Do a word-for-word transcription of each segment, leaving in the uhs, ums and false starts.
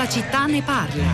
città ne parla.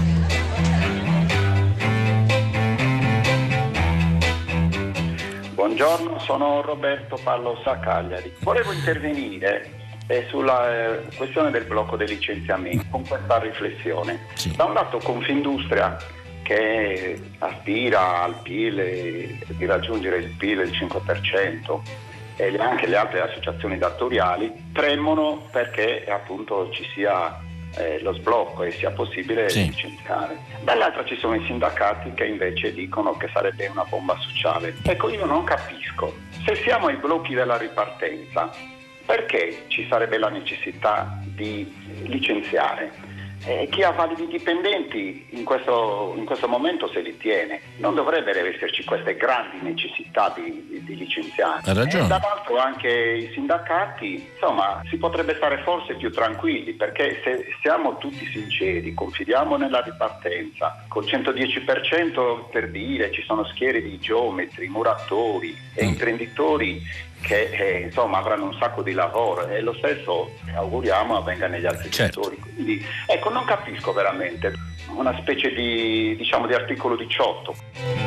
Buongiorno, sono Roberto, parlo da Cagliari. Volevo intervenire eh, sulla eh, questione del blocco dei licenziamenti con questa riflessione. Sì. Da un lato Confindustria, che aspira al P I L, eh, di raggiungere il P I L del cinque per cento, e anche le altre associazioni datoriali premono perché appunto ci sia eh, lo sblocco e sia possibile sì. licenziare. Dall'altra ci sono i sindacati che invece dicono che sarebbe una bomba sociale. Ecco, io non capisco, se siamo ai blocchi della ripartenza, perché ci sarebbe la necessità di licenziare? Eh, chi ha validi dipendenti in questo, in questo momento se li tiene. Non dovrebbero esserci queste grandi necessità di, di, di licenziare. Ha ragione. E dall'altro anche i sindacati, insomma, si potrebbe stare forse più tranquilli, perché se siamo tutti sinceri, confidiamo nella ripartenza, col centodieci per cento per dire ci sono schiere di geometri, muratori e mm. imprenditori che eh, insomma avranno un sacco di lavoro, e lo stesso auguriamo avvenga negli altri certo. settori. Quindi ecco, non capisco veramente, una specie di diciamo di articolo diciotto.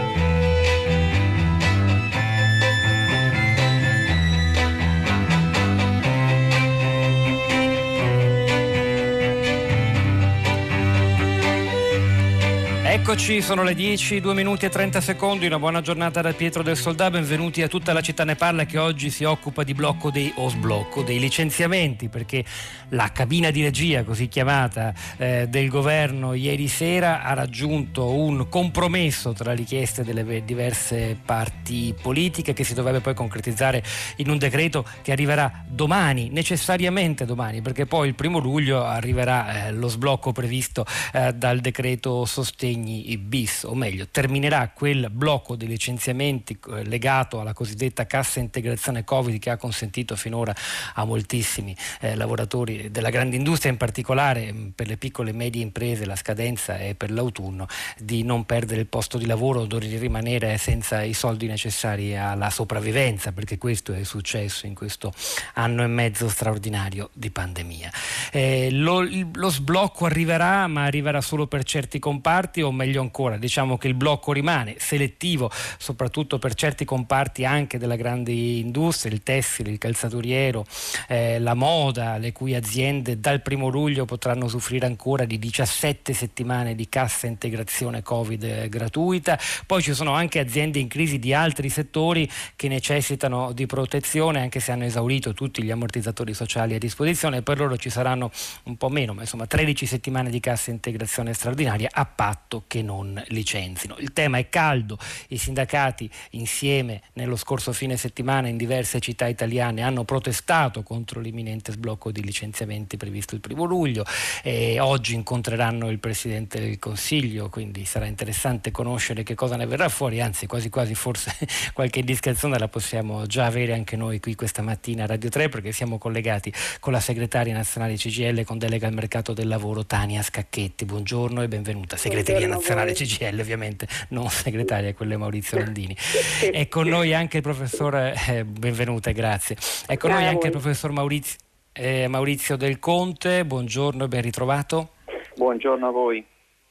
Eccoci, sono le dieci, due minuti e trenta secondi, una buona giornata da Pietro del Soldà, benvenuti a Tutta la città ne parla, che oggi si occupa di blocco dei, o sblocco dei licenziamenti, perché la cabina di regia, così chiamata, eh, del governo ieri sera ha raggiunto un compromesso tra le richieste delle diverse parti politiche, che si dovrebbe poi concretizzare in un decreto che arriverà domani, necessariamente domani, perché poi il primo luglio arriverà eh, lo sblocco previsto eh, dal decreto sostegni bis, o meglio terminerà quel blocco dei licenziamenti eh, legato alla cosiddetta cassa integrazione Covid, che ha consentito finora a moltissimi eh, lavoratori della grande industria, in particolare mh, per le piccole e medie imprese, la scadenza è per l'autunno, di non perdere il posto di lavoro o di rimanere senza i soldi necessari alla sopravvivenza, perché questo è successo in questo anno e mezzo straordinario di pandemia. Eh, lo, lo sblocco arriverà, ma arriverà solo per certi comparti, o meglio ancora, diciamo che il blocco rimane selettivo, soprattutto per certi comparti anche della grande industria, il tessile, il calzaturiero, eh, la moda, le cui aziende dal primo luglio potranno usufruire ancora di diciassette settimane di cassa integrazione Covid gratuita. Poi ci sono anche aziende in crisi di altri settori che necessitano di protezione, anche se hanno esaurito tutti gli ammortizzatori sociali a disposizione. Per loro ci saranno un po' meno, ma insomma tredici settimane di cassa integrazione straordinaria, a patto che non licenzino. Il tema è caldo, i sindacati insieme nello scorso fine settimana in diverse città italiane hanno protestato contro l'imminente sblocco di licenziamenti previsto il primo luglio, e oggi incontreranno il Presidente del Consiglio, quindi sarà interessante conoscere che cosa ne verrà fuori, anzi quasi quasi forse qualche indiscrezione la possiamo già avere anche noi qui questa mattina a Radio tre, perché siamo collegati con la segretaria nazionale C G I L con delega al mercato del lavoro, Tania Scacchetti. Buongiorno e benvenuta. Segreteria nazionale C G I L, ovviamente, non segretaria, quello è Maurizio Landini. È con noi anche il professor eh, benvenuta e grazie. È con noi anche il professor Maurizio, eh, Maurizio Del Conte. Buongiorno e ben ritrovato. Buongiorno a voi.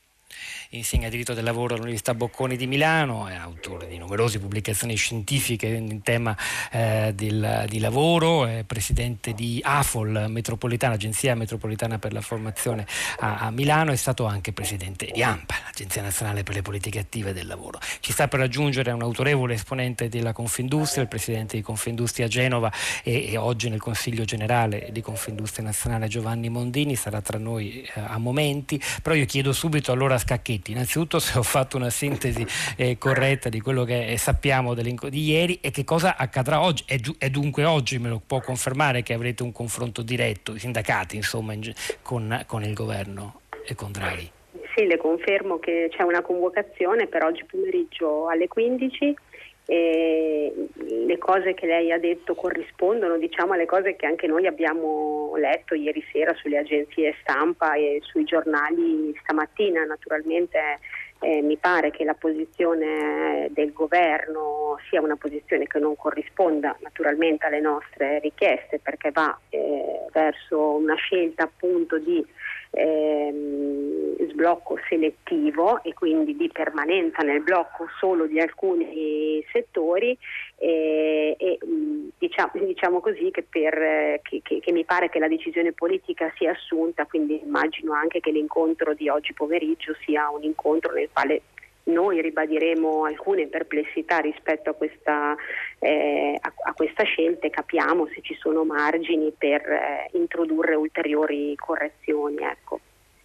Insegna diritto del lavoro all'Università Bocconi di Milano, è autore di numerose pubblicazioni scientifiche in tema eh, del, di lavoro, è presidente di AFOL Metropolitana, Agenzia Metropolitana per la Formazione a, a Milano, è stato anche presidente di ANPA, l'Agenzia Nazionale per le Politiche Attive del Lavoro. Ci sta per raggiungere un autorevole esponente della Confindustria, il presidente di Confindustria a Genova e, e oggi nel Consiglio Generale di Confindustria Nazionale, Giovanni Mondini, sarà tra noi eh, a momenti, però io chiedo subito allora a Scacchetti, innanzitutto se ho fatto una sintesi eh, corretta di quello che eh, sappiamo di ieri e che cosa accadrà oggi, e, giu- e dunque oggi me lo può confermare che avrete un confronto diretto, i sindacati insomma in, con, con il governo e con Draghi. Sì, le confermo che c'è una convocazione per oggi pomeriggio alle quindici. E le cose che lei ha detto corrispondono, diciamo, alle cose che anche noi abbiamo letto ieri sera sulle agenzie stampa e sui giornali stamattina. Naturalmente eh, mi pare che la posizione del governo sia una posizione che non corrisponda naturalmente alle nostre richieste, perché va eh, verso una scelta appunto di ehm, sblocco selettivo e quindi di permanenza nel blocco solo di alcuni settori, e, e diciamo, diciamo così che, per, che, che, che mi pare che la decisione politica sia assunta, quindi immagino anche che l'incontro di oggi pomeriggio sia un incontro nel quale noi ribadiremo alcune perplessità rispetto a questa, eh, a, a questa scelta e capiamo se ci sono margini per eh, introdurre ulteriori correzioni. Ecco.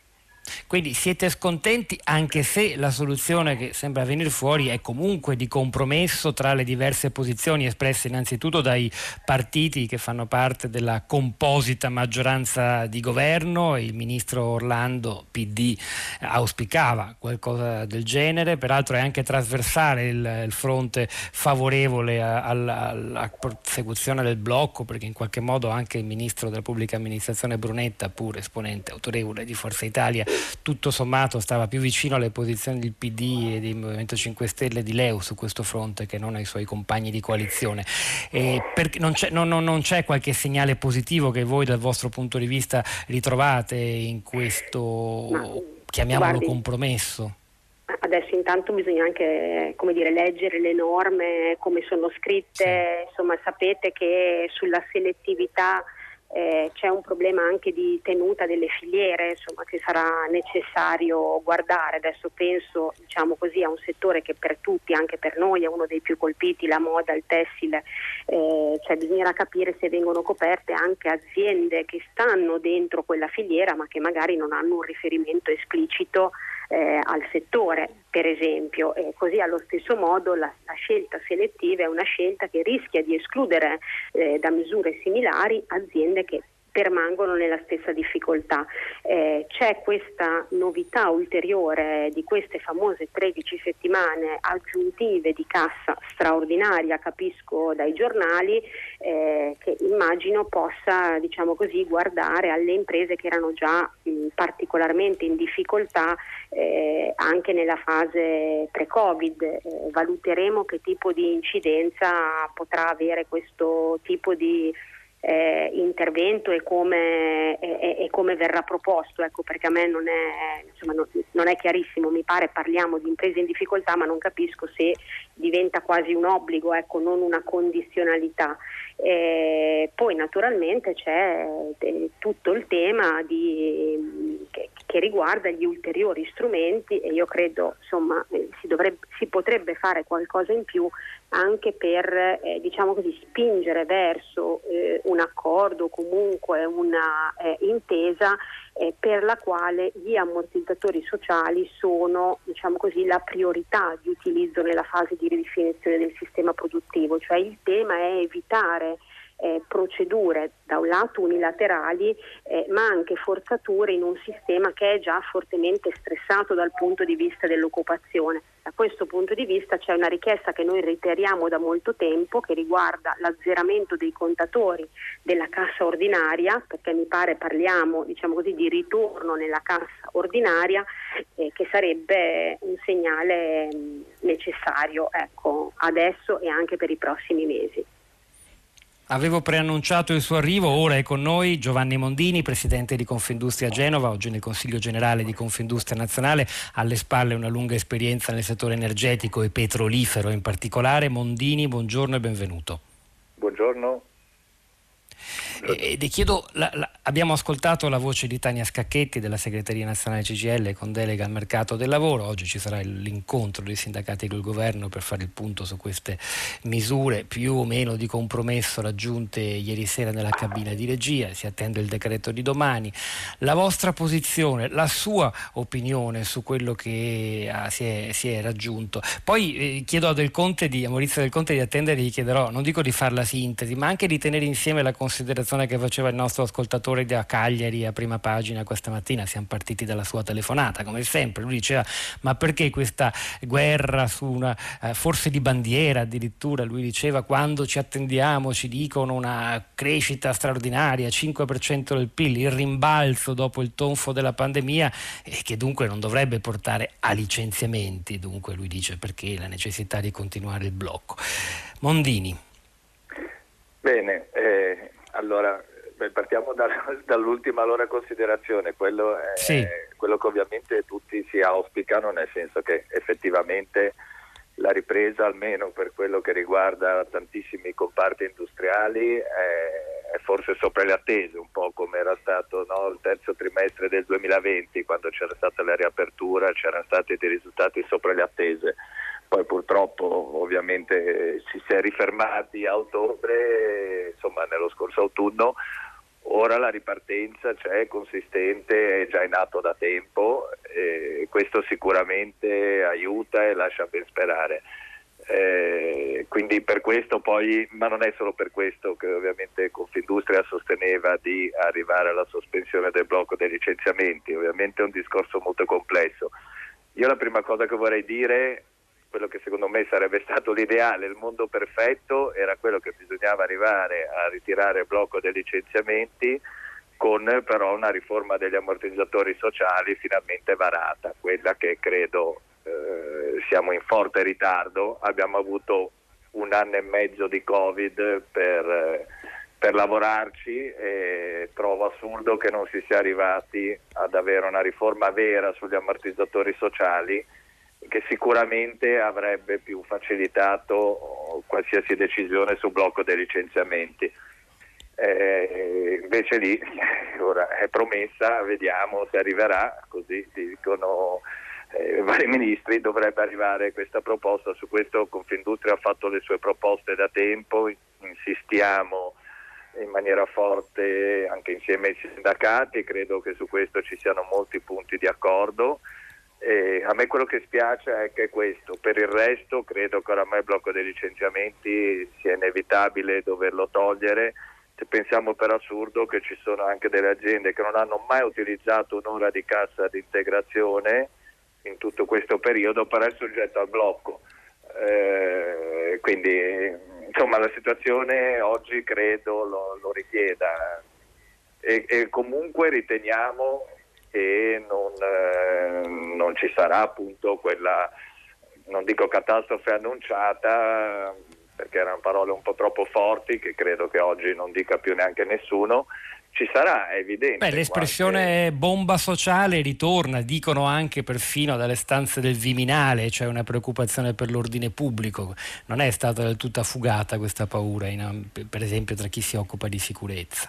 Quindi siete scontenti, anche se la soluzione che sembra venire fuori è comunque di compromesso tra le diverse posizioni espresse innanzitutto dai partiti che fanno parte della composita maggioranza di governo. Il ministro Orlando, P D, auspicava qualcosa del genere, peraltro è anche trasversale il, il fronte favorevole alla, alla prosecuzione del blocco, perché in qualche modo anche il ministro della pubblica amministrazione Brunetta, pur esponente autorevole di Forza Italia, tutto sommato stava più vicino alle posizioni del P D e del Movimento cinque Stelle e di Leu su questo fronte che non ai suoi compagni di coalizione. E perché non c'è, non, non c'è qualche segnale positivo che voi dal vostro punto di vista ritrovate in questo, Ma, chiamiamolo guardi, compromesso? Adesso intanto bisogna anche, come dire, leggere le norme come sono scritte, sì. Insomma sapete che sulla selettività Eh, c'è un problema anche di tenuta delle filiere, insomma, che sarà necessario guardare. Adesso penso, diciamo così, a un settore che per tutti, anche per noi, è uno dei più colpiti, la moda, il tessile, eh, cioè bisognerà capire se vengono coperte anche aziende che stanno dentro quella filiera ma che magari non hanno un riferimento esplicito Eh, al settore, per esempio, e così allo stesso modo la, la scelta selettiva è una scelta che rischia di escludere eh, da misure similari aziende che permangono nella stessa difficoltà. Eh, c'è questa novità ulteriore di queste famose tredici settimane aggiuntive di cassa straordinaria, capisco dai giornali, eh, che immagino possa, diciamo così, guardare alle imprese che erano già mh, particolarmente in difficoltà eh, anche nella fase pre-Covid. Eh, valuteremo che tipo di incidenza potrà avere questo tipo di Eh, intervento e come, e, e come verrà proposto, ecco, perché a me non è, insomma, non, non è chiarissimo. Mi pare parliamo di imprese in difficoltà, ma non capisco se diventa quasi un obbligo, ecco, non una condizionalità. Eh, poi naturalmente c'è eh, tutto il tema di, che, che riguarda gli ulteriori strumenti, e io credo, insomma, eh, si, dovrebbe, si potrebbe fare qualcosa in più anche per eh, diciamo così spingere verso eh, un accordo, comunque una eh, intesa eh, per la quale gli ammortizzatori sociali sono, diciamo così, la priorità di utilizzo nella fase di ridefinizione del sistema produttivo. Cioè il tema è evitare Eh, procedure da un lato unilaterali eh, ma anche forzature in un sistema che è già fortemente stressato dal punto di vista dell'occupazione. Da questo punto di vista c'è una richiesta che noi reiteriamo da molto tempo, che riguarda l'azzeramento dei contatori della cassa ordinaria, perché mi pare parliamo, diciamo così, di ritorno nella cassa ordinaria, eh, che sarebbe un segnale mh, necessario, ecco, adesso e anche per i prossimi mesi. Avevo preannunciato il suo arrivo, ora è con noi Giovanni Mondini, presidente di Confindustria Genova, oggi nel Consiglio Generale di Confindustria Nazionale, alle spalle una lunga esperienza nel settore energetico e petrolifero in particolare. Mondini, buongiorno e benvenuto. Buongiorno. E le chiedo, la, la, abbiamo ascoltato la voce di Tania Scacchetti della segreteria nazionale C G I L con delega al mercato del lavoro. Oggi ci sarà l'incontro dei sindacati col governo per fare il punto su queste misure più o meno di compromesso raggiunte ieri sera nella cabina di regia. Si attende il decreto di domani. La vostra posizione, la sua opinione su quello che ah, si, è, si è raggiunto. Poi eh, chiedo a, Del Conte di, a Maurizio Del Conte di attendere, gli chiederò, non dico di fare la sintesi, ma anche di tenere insieme la considerazione che faceva il nostro ascoltatore da Cagliari a Prima Pagina questa mattina. Siamo partiti dalla sua telefonata, come sempre. Lui diceva: ma perché questa guerra su una eh, forse di bandiera addirittura? Lui diceva: quando ci attendiamo ci dicono una crescita straordinaria, cinque per cento del P I L, il rimbalzo dopo il tonfo della pandemia, e che dunque non dovrebbe portare a licenziamenti. Dunque lui dice: perché la necessità di continuare il blocco. Mondini. Bene, eh, allora Beh, partiamo da, dall'ultima allora considerazione, quello è sì. quello che ovviamente tutti si auspicano, nel senso che effettivamente la ripresa, almeno per quello che riguarda tantissimi comparti industriali, è, è forse sopra le attese, un po' come era stato, no, il terzo trimestre del duemilaventi, quando c'era stata la riapertura, c'erano stati dei risultati sopra le attese. Poi purtroppo ovviamente ci si è rifermati a ottobre, insomma nello scorso autunno. Ora la ripartenza c'è, consistente, è già in atto da tempo, e questo sicuramente aiuta e lascia ben sperare. Eh, quindi per questo poi, ma non è solo per questo che ovviamente Confindustria sosteneva di arrivare alla sospensione del blocco dei licenziamenti, ovviamente è un discorso molto complesso. Io la prima cosa che vorrei dire, quello che secondo me sarebbe stato l'ideale, il mondo perfetto, era quello che bisognava arrivare a ritirare il blocco dei licenziamenti con però una riforma degli ammortizzatori sociali finalmente varata, quella che credo eh, siamo in forte ritardo. Abbiamo avuto un anno e mezzo di Covid per, per lavorarci e trovo assurdo che non si sia arrivati ad avere una riforma vera sugli ammortizzatori sociali, che sicuramente avrebbe più facilitato qualsiasi decisione sul blocco dei licenziamenti. Eh, invece lì ora è promessa, vediamo se arriverà, così dicono eh, vari ministri, dovrebbe arrivare questa proposta. Su questo Confindustria ha fatto le sue proposte da tempo, insistiamo in maniera forte anche insieme ai sindacati, credo che su questo ci siano molti punti di accordo. E a me quello che spiace è che questo, per il resto credo che oramai il blocco dei licenziamenti sia inevitabile doverlo togliere. Se pensiamo per assurdo che ci sono anche delle aziende che non hanno mai utilizzato un'ora di cassa di integrazione in tutto questo periodo, però è soggetto al blocco. Eh, quindi insomma la situazione oggi credo lo, lo richieda e, e comunque riteniamo e non, eh, non ci sarà appunto quella, non dico catastrofe annunciata, perché erano parole un po' troppo forti che credo che oggi non dica più neanche nessuno. Ci sarà, è evidente. Beh, l'espressione qualche... bomba sociale ritorna, dicono anche perfino dalle stanze del Viminale, c'è cioè una preoccupazione per l'ordine pubblico. Non è stata del tutto affugata questa paura, in, per esempio tra chi si occupa di sicurezza.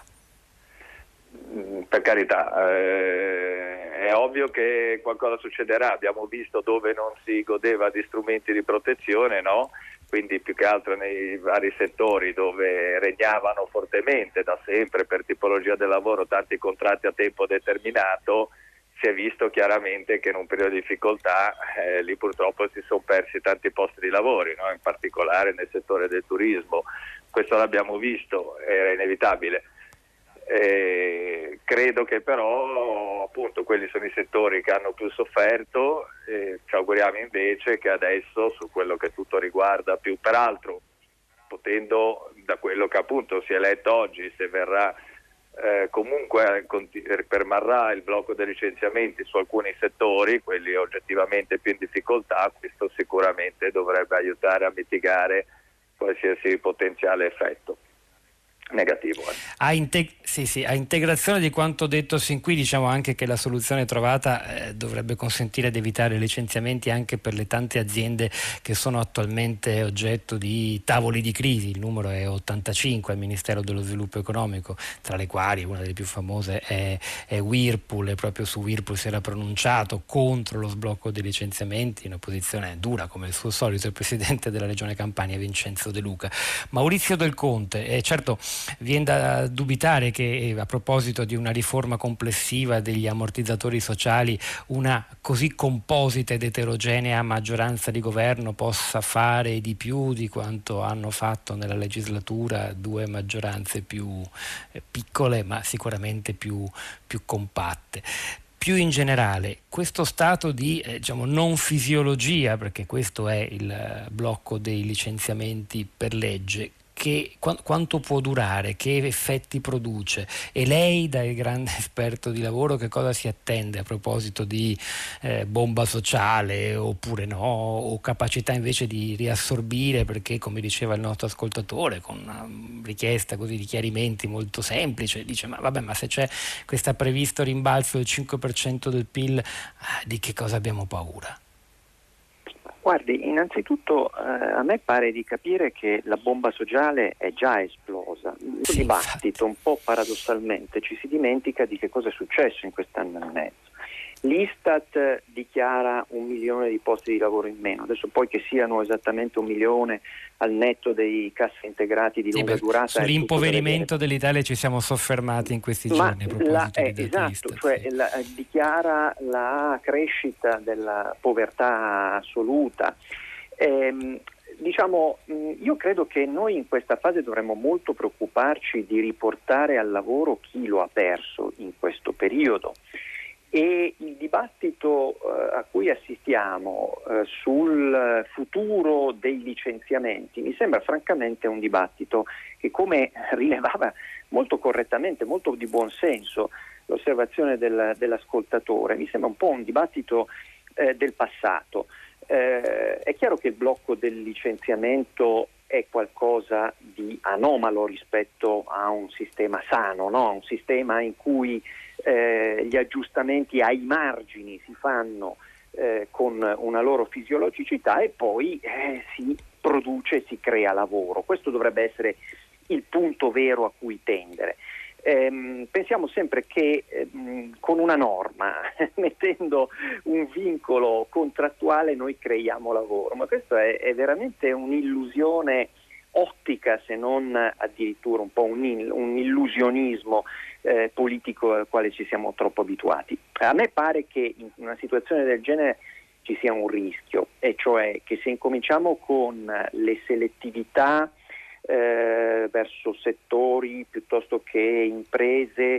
Per carità, eh, è ovvio che qualcosa succederà, abbiamo visto dove non si godeva di strumenti di protezione, no? Quindi più che altro nei vari settori dove regnavano fortemente da sempre per tipologia del lavoro tanti contratti a tempo determinato, si è visto chiaramente che in un periodo di difficoltà eh, lì purtroppo si sono persi tanti posti di lavoro, no? In particolare nel settore del turismo. Questo l'abbiamo visto, era inevitabile. Eh, credo che però appunto quelli sono i settori che hanno più sofferto, e ci auguriamo invece che adesso su quello che tutto riguarda più, peraltro potendo da quello che appunto si è letto oggi, se verrà eh, comunque permarrà il blocco dei licenziamenti su alcuni settori, quelli oggettivamente più in difficoltà, questo sicuramente dovrebbe aiutare a mitigare qualsiasi potenziale effetto negativo. Eh. A, integ- sì, sì, a integrazione di quanto detto sin qui, diciamo anche che la soluzione trovata eh, dovrebbe consentire di evitare licenziamenti anche per le tante aziende che sono attualmente oggetto di tavoli di crisi. Il numero è ottantacinque al Ministero dello Sviluppo Economico, tra le quali una delle più famose è, è Whirlpool, e proprio su Whirlpool si era pronunciato contro lo sblocco dei licenziamenti, in una posizione dura come il suo solito il presidente della Regione Campania Vincenzo De Luca. Maurizio Del Conte, eh, certo viene da dubitare che a proposito di una riforma complessiva degli ammortizzatori sociali una così composita ed eterogenea maggioranza di governo possa fare di più di quanto hanno fatto nella legislatura due maggioranze più eh, piccole ma sicuramente più, più compatte. Più in generale, questo stato di eh, diciamo, non fisiologia, perché questo è il blocco dei licenziamenti per legge, che, qu- quanto può durare, che effetti produce, e lei, da grande esperto di lavoro, che cosa si attende a proposito di eh, bomba sociale oppure no, o capacità invece di riassorbire, perché come diceva il nostro ascoltatore con una richiesta così di chiarimenti molto semplice, dice ma vabbè, ma se c'è questo previsto rimbalzo del cinque per cento del P I L, di che cosa abbiamo paura? Guardi, innanzitutto eh, a me pare di capire che la bomba sociale è già esplosa. Il sì, dibattito, infatti. un po' paradossalmente, ci si dimentica di che cosa è successo in quest'anno e mezzo. L'Istat dichiara un milione di posti di lavoro in meno, adesso poi che siano esattamente un milione al netto dei cassi integrati di lunga sì, beh, durata. sull'impoverimento dell'Italia ci siamo soffermati in questi Ma giorni a proposito la, eh, di dati esatto, Istat, cioè sì. la, dichiara la crescita della povertà assoluta. Ehm, diciamo, io credo che noi in questa fase dovremmo molto preoccuparci di riportare al lavoro chi lo ha perso in questo periodo. E il dibattito eh, a cui assistiamo eh, sul futuro dei licenziamenti mi sembra francamente un dibattito che, come rilevava molto correttamente, molto di buon senso l'osservazione del, dell'ascoltatore, mi sembra un po' un dibattito eh, del passato. Eh, è chiaro che il blocco del licenziamento è qualcosa di anomalo rispetto a un sistema sano, no? Un sistema in cui eh, gli aggiustamenti ai margini si fanno eh, con una loro fisiologicità e poi eh, si produce, si crea lavoro. Questo dovrebbe essere il punto vero a cui tendere. Eh, pensiamo sempre che eh, con una norma, mettendo un vincolo contrattuale, noi creiamo lavoro, ma questo è, è veramente un'illusione ottica, se non addirittura un po' un, un illusionismo eh, politico al quale ci siamo troppo abituati. A me pare che in una situazione del genere ci sia un rischio, e cioè che se incominciamo con le selettività Eh, verso settori piuttosto che imprese,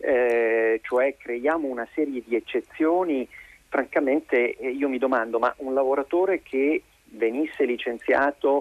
eh, cioè creiamo una serie di eccezioni, francamente eh, io mi domando, ma un lavoratore che venisse licenziato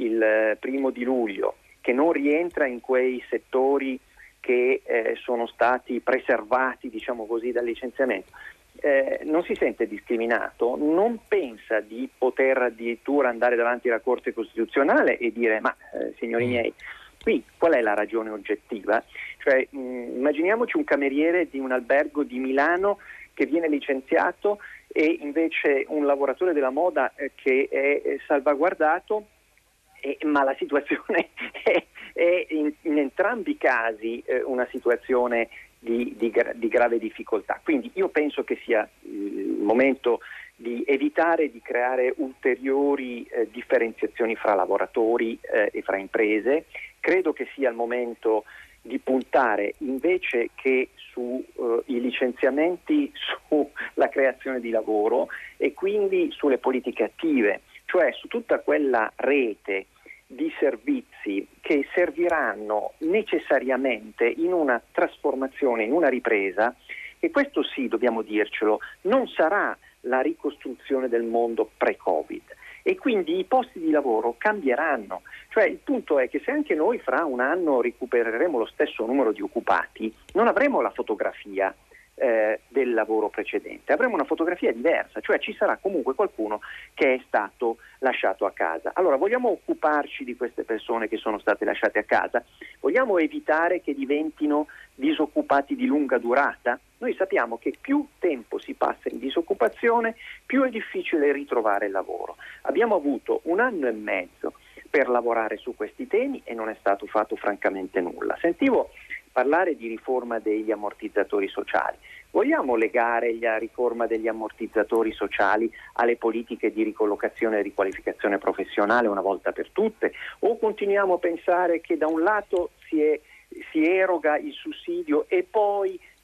il primo di luglio, che non rientra in quei settori che eh, sono stati preservati, diciamo così, dal licenziamento, Eh, non si sente discriminato, non pensa di poter addirittura andare davanti alla Corte Costituzionale e dire ma eh, signori miei, qui qual è la ragione oggettiva? Cioè, mh, immaginiamoci un cameriere di un albergo di Milano che viene licenziato e invece un lavoratore della moda eh, che è, è salvaguardato, eh, ma la situazione è, è in, in entrambi i casi eh, una situazione Di, di, di grave difficoltà. Quindi io penso che sia il momento di evitare di creare ulteriori eh, differenziazioni fra lavoratori eh, e fra imprese. Credo che sia il momento di puntare invece che sui eh, licenziamenti sulla creazione di lavoro e quindi sulle politiche attive, cioè su tutta quella rete di servizi che serviranno necessariamente in una trasformazione, in una ripresa, e questo sì, dobbiamo dircelo, non sarà la ricostruzione del mondo pre-Covid, e quindi i posti di lavoro cambieranno. Cioè il punto è che se anche noi fra un anno recupereremo lo stesso numero di occupati, non avremo la fotografia Eh, del lavoro precedente, avremo una fotografia diversa, cioè ci sarà comunque qualcuno che è stato lasciato a casa. Allora, vogliamo occuparci di queste persone che sono state lasciate a casa? Vogliamo evitare che diventino disoccupati di lunga durata? Noi sappiamo che più tempo si passa in disoccupazione, più è difficile ritrovare lavoro. Abbiamo avuto un anno e mezzo per lavorare su questi temi e non è stato fatto francamente nulla. Sentivo parlare di riforma degli ammortizzatori sociali. Vogliamo legare la riforma degli ammortizzatori sociali alle politiche di ricollocazione e riqualificazione professionale una volta per tutte? O continuiamo a pensare che da un lato si, è, si eroga il sussidio e poi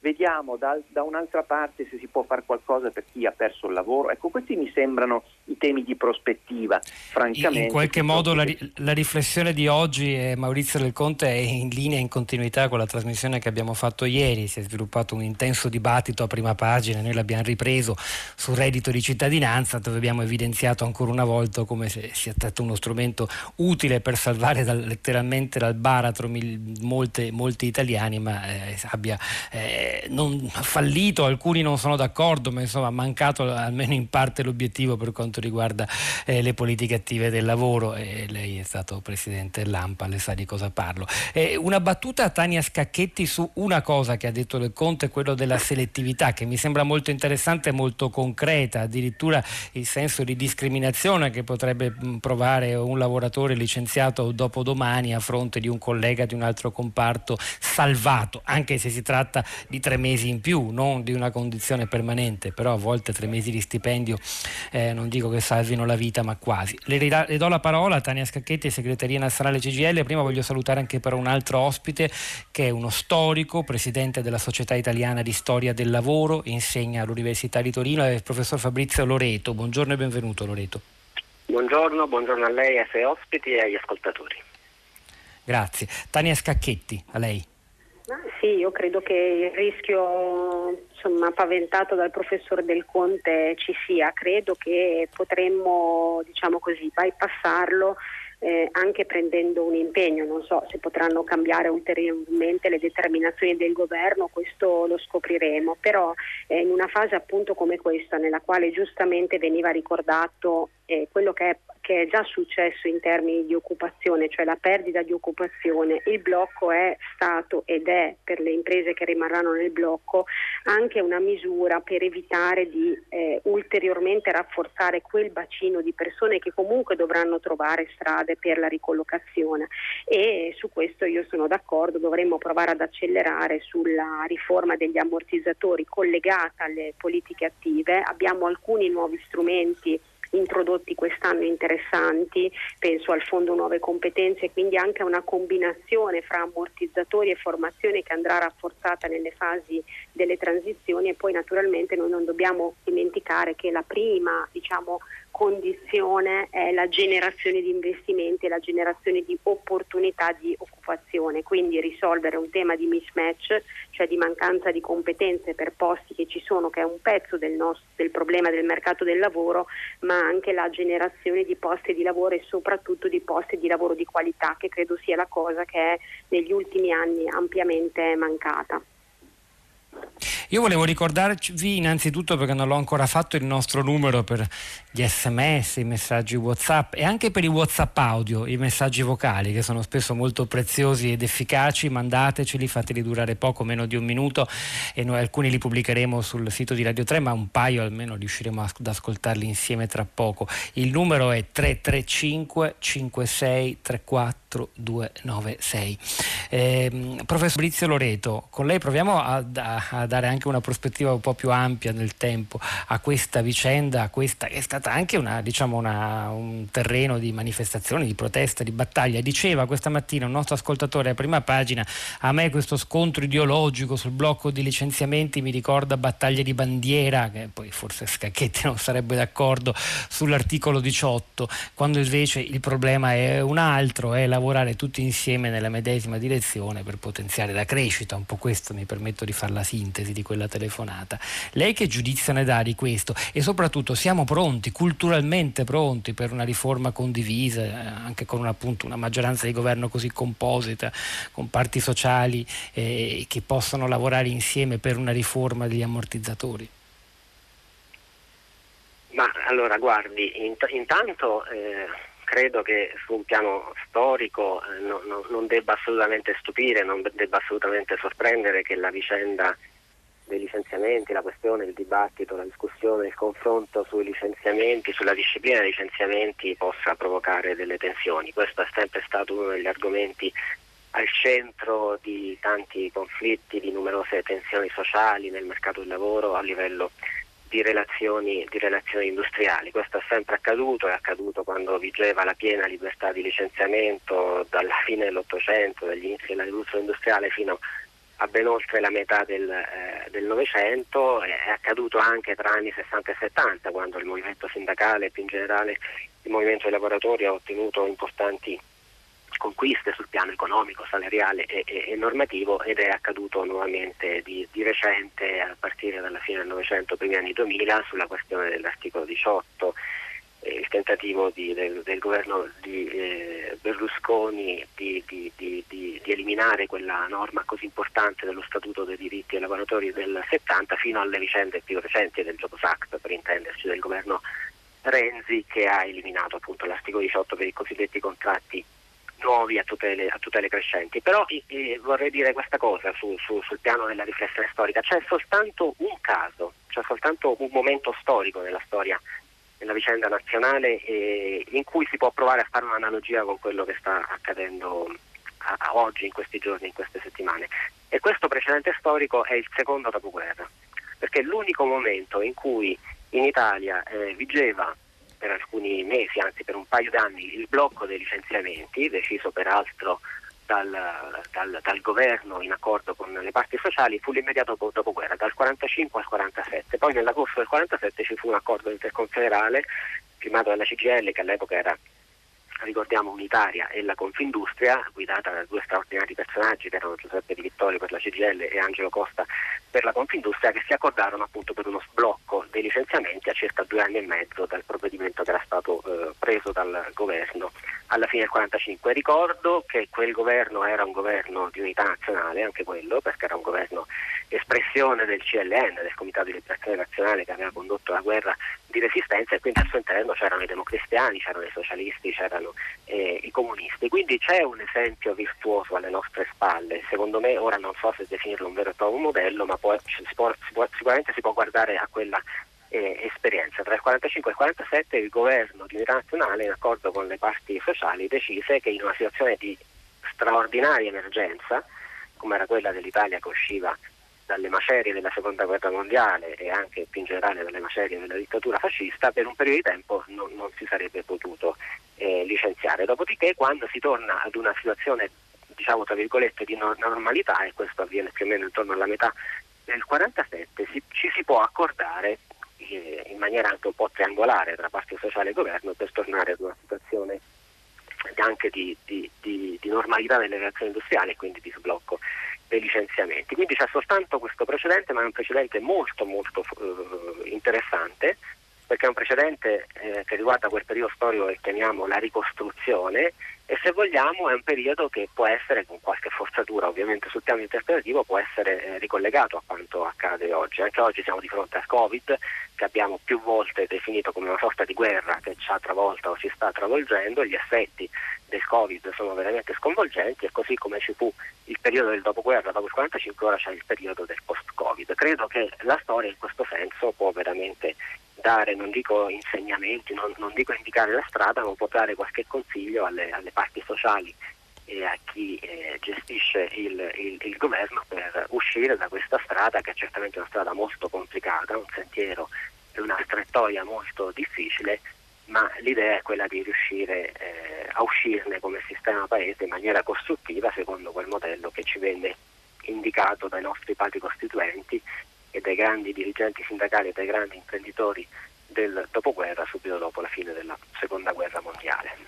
vediamo da, da un'altra parte se si può fare qualcosa per chi ha perso il lavoro. Ecco, questi mi sembrano i temi di prospettiva, francamente. In qualche modo la, la riflessione di oggi, eh, Maurizio Del Conte, è in linea, in continuità con la trasmissione che abbiamo fatto ieri. Si è sviluppato un intenso dibattito a prima pagina, noi l'abbiamo ripreso sul reddito di cittadinanza, dove abbiamo evidenziato ancora una volta come se sia stato uno strumento utile per salvare dal, letteralmente dal baratro mil, molte, molti italiani, ma eh, abbia eh, non fallito. Alcuni non sono d'accordo, ma insomma ha mancato almeno in parte l'obiettivo per quanto riguarda eh, le politiche attive del lavoro, e lei è stato presidente dell'ANPAL, le sa di cosa parlo. Eh, una battuta a Tania Scacchetti su una cosa che ha detto Del Conte, quello della selettività, che mi sembra molto interessante e molto concreta, addirittura il senso di discriminazione che potrebbe provare un lavoratore licenziato dopodomani a fronte di un collega di un altro comparto salvato, anche se si tratta di tre mesi in più, non di una condizione permanente, però a volte tre mesi di stipendio eh, non dico che salvino la vita, ma quasi. Le, ridà, le do la parola a Tania Scacchetti, segreteria nazionale C G I L. Prima voglio salutare anche però un altro ospite che è uno storico, presidente della Società Italiana di Storia del Lavoro, insegna all'Università di Torino, è il professor Fabrizio Loreto. Buongiorno e benvenuto, Loreto. Buongiorno, buongiorno a lei, ai suoi ospiti e agli ascoltatori. Grazie. Tania Scacchetti, a lei. Sì, io credo che il rischio, insomma, paventato dal professor Del Conte ci sia. Credo che potremmo, diciamo così, bypassarlo eh, anche prendendo un impegno. Non so se potranno cambiare ulteriormente le determinazioni del governo, questo lo scopriremo, però eh, in una fase appunto come questa, nella quale giustamente veniva ricordato eh, quello che è che è già successo in termini di occupazione, cioè la perdita di occupazione, il blocco è stato ed è, per le imprese che rimarranno nel blocco, anche una misura per evitare di eh, ulteriormente rafforzare quel bacino di persone che comunque dovranno trovare strade per la ricollocazione, e su questo io sono d'accordo. Dovremmo provare ad accelerare sulla riforma degli ammortizzatori collegata alle politiche attive. Abbiamo alcuni nuovi strumenti introdotti quest'anno interessanti, penso al Fondo Nuove Competenze, quindi anche una combinazione fra ammortizzatori e formazione che andrà rafforzata nelle fasi delle transizioni. E poi naturalmente noi non dobbiamo dimenticare che la prima, diciamo, condizione è la generazione di investimenti e la generazione di opportunità di occupazione, quindi risolvere un tema di mismatch, cioè di mancanza di competenze per posti che ci sono, che è un pezzo del, nostro, del problema del mercato del lavoro, ma anche la generazione di posti di lavoro e soprattutto di posti di lavoro di qualità, che credo sia la cosa che è negli ultimi anni ampiamente mancata. Io volevo ricordarvi innanzitutto, perché non l'ho ancora fatto, il nostro numero per gli sms, i messaggi WhatsApp e anche per i WhatsApp audio, i messaggi vocali, che sono spesso molto preziosi ed efficaci. Mandateceli, fateli durare poco, meno di un minuto, e noi alcuni li pubblicheremo sul sito di Radio tre, ma un paio almeno riusciremo ad ascoltarli insieme tra poco. Il numero è tre tre cinque cinque sei tre quattro due nove sei. Eh, professor Fabrizio Loreto, con lei proviamo a, a, a dare anche una prospettiva un po' più ampia nel tempo a questa vicenda, a questa che è stata anche una, diciamo una, un terreno di manifestazioni, di protesta, di battaglia. Diceva questa mattina un nostro ascoltatore a prima pagina: a me questo scontro ideologico sul blocco di licenziamenti mi ricorda battaglie di bandiera, che poi forse Scacchetti non sarebbe d'accordo, sull'articolo diciotto, quando invece il problema è un altro, è lavorare tutti insieme nella medesima direzione per potenziare la crescita. Un po' questo, mi permetto di fare la sintesi di quella telefonata. Lei che giudizio ne dà di questo? E soprattutto, siamo pronti, culturalmente pronti, per una riforma condivisa, anche con una, appunto, una maggioranza di governo così composita, con parti sociali eh, che possano lavorare insieme per una riforma degli ammortizzatori? Ma allora, guardi, int- intanto eh, credo che su un piano storico eh, no, no, non debba assolutamente stupire, non debba assolutamente sorprendere che la vicenda dei licenziamenti, la questione, il dibattito, la discussione, il confronto sui licenziamenti, sulla disciplina dei licenziamenti possa provocare delle tensioni. Questo è sempre stato uno degli argomenti al centro di tanti conflitti, di numerose tensioni sociali nel mercato del lavoro a livello di relazioni, di relazioni industriali. Questo è sempre accaduto, è accaduto quando vigeva la piena libertà di licenziamento dalla fine dell'Ottocento, dagli inizi della rivoluzione industriale fino a ben oltre la metà del, eh, del Novecento, è accaduto anche tra anni sessanta e settanta, quando il movimento sindacale e più in generale il movimento dei lavoratori ha ottenuto importanti conquiste sul piano economico, salariale e, e, e normativo, ed è accaduto nuovamente di, di recente, a partire dalla fine del Novecento, primi anni duemila, sulla questione dell'articolo diciotto, eh, il tentativo di, del, del governo di eh, Berlusconi di, di, di, di, di eliminare quella norma così importante dello Statuto dei diritti dei lavoratori del settanta, fino alle vicende più recenti del Jobs Act, per intenderci, del governo Renzi, che ha eliminato appunto l'articolo diciotto per i cosiddetti contratti nuovi a tutele, a tutele crescenti. Però eh, vorrei dire questa cosa su, su, sul piano della riflessione storica: c'è soltanto un caso, c'è soltanto un momento storico nella storia della vicenda nazionale eh, in cui si può provare a fare un'analogia con quello che sta accadendo a, a oggi, in questi giorni, in queste settimane, e questo precedente storico è il secondo dopoguerra, perché è l'unico momento in cui in Italia eh, vigeva per alcuni mesi, anzi per un paio d'anni, il blocco dei licenziamenti, deciso peraltro dal, dal, dal governo in accordo con le parti sociali. Fu l'immediato dopoguerra, dal quarantacinque al quarantasette. Poi nell'agosto del quarantasette ci fu un accordo interconfederale firmato dalla C G I L, che all'epoca era, ricordiamo, unitaria, e la Confindustria, guidata da due straordinari personaggi che erano Giuseppe Di Vittorio per la C G I L e Angelo Costa per la Confindustria, che si accordarono appunto per uno sblocco dei licenziamenti a circa due anni e mezzo dal provvedimento che era stato eh, preso dal governo alla fine del quarantacinque. Ricordo che quel governo era un governo di unità nazionale, anche quello, perché era un governo espressione del C L N, del Comitato di Liberazione Nazionale, che aveva condotto la guerra di resistenza, e quindi al suo interno c'erano i democristiani, c'erano i socialisti, c'erano eh, i comunisti. Quindi c'è un esempio virtuoso alle nostre spalle. Secondo me, ora non so se definirlo un vero e proprio modello, ma può, si può, si può, sicuramente si può guardare a quella eh, esperienza. Tra il quarantacinque e il quarantasette il governo di unità nazionale, in accordo con le parti sociali, decise che in una situazione di straordinaria emergenza, come era quella dell'Italia che usciva dalle macerie della seconda guerra mondiale e anche più in generale dalle macerie della dittatura fascista, per un periodo di tempo non, non si sarebbe potuto eh, licenziare. Dopodiché, quando si torna ad una situazione, diciamo tra virgolette, di normalità, e questo avviene più o meno intorno alla metà del quarantasette, si, ci si può accordare eh, in maniera anche un po' triangolare tra parte sociale e governo, per tornare ad una situazione anche di, di, di, di normalità delle relazioni industriali e quindi di sblocco dei licenziamenti. Quindi c'è soltanto questo precedente, ma è un precedente molto molto eh, interessante, perché è un precedente eh, che riguarda quel periodo storico che chiamiamo la ricostruzione, e se vogliamo è un periodo che può essere, con qualche forzatura ovviamente sul piano interpretativo, può essere eh, ricollegato a quanto accade oggi. Anche oggi siamo di fronte al Covid, che abbiamo più volte definito come una sorta di guerra che ci ha travolta o ci sta travolgendo. Gli effetti del Covid sono veramente sconvolgenti, e così come ci fu il periodo del dopoguerra dopo il quarantacinque, ora c'è il periodo del post-Covid. Credo che la storia in questo senso può veramente dare, non dico insegnamenti, non, non dico indicare la strada, ma può dare qualche consiglio alle, alle parti sociali e a chi eh, gestisce il, il, il governo, per uscire da questa strada, che è certamente una strada molto complicata, un sentiero e una strettoia molto difficile, ma l'idea è quella di riuscire eh, a uscirne come sistema paese in maniera costruttiva, secondo quel modello che ci venne indicato dai nostri padri costituenti e dai grandi dirigenti sindacali e dai grandi imprenditori del dopoguerra, subito dopo la fine della seconda guerra mondiale.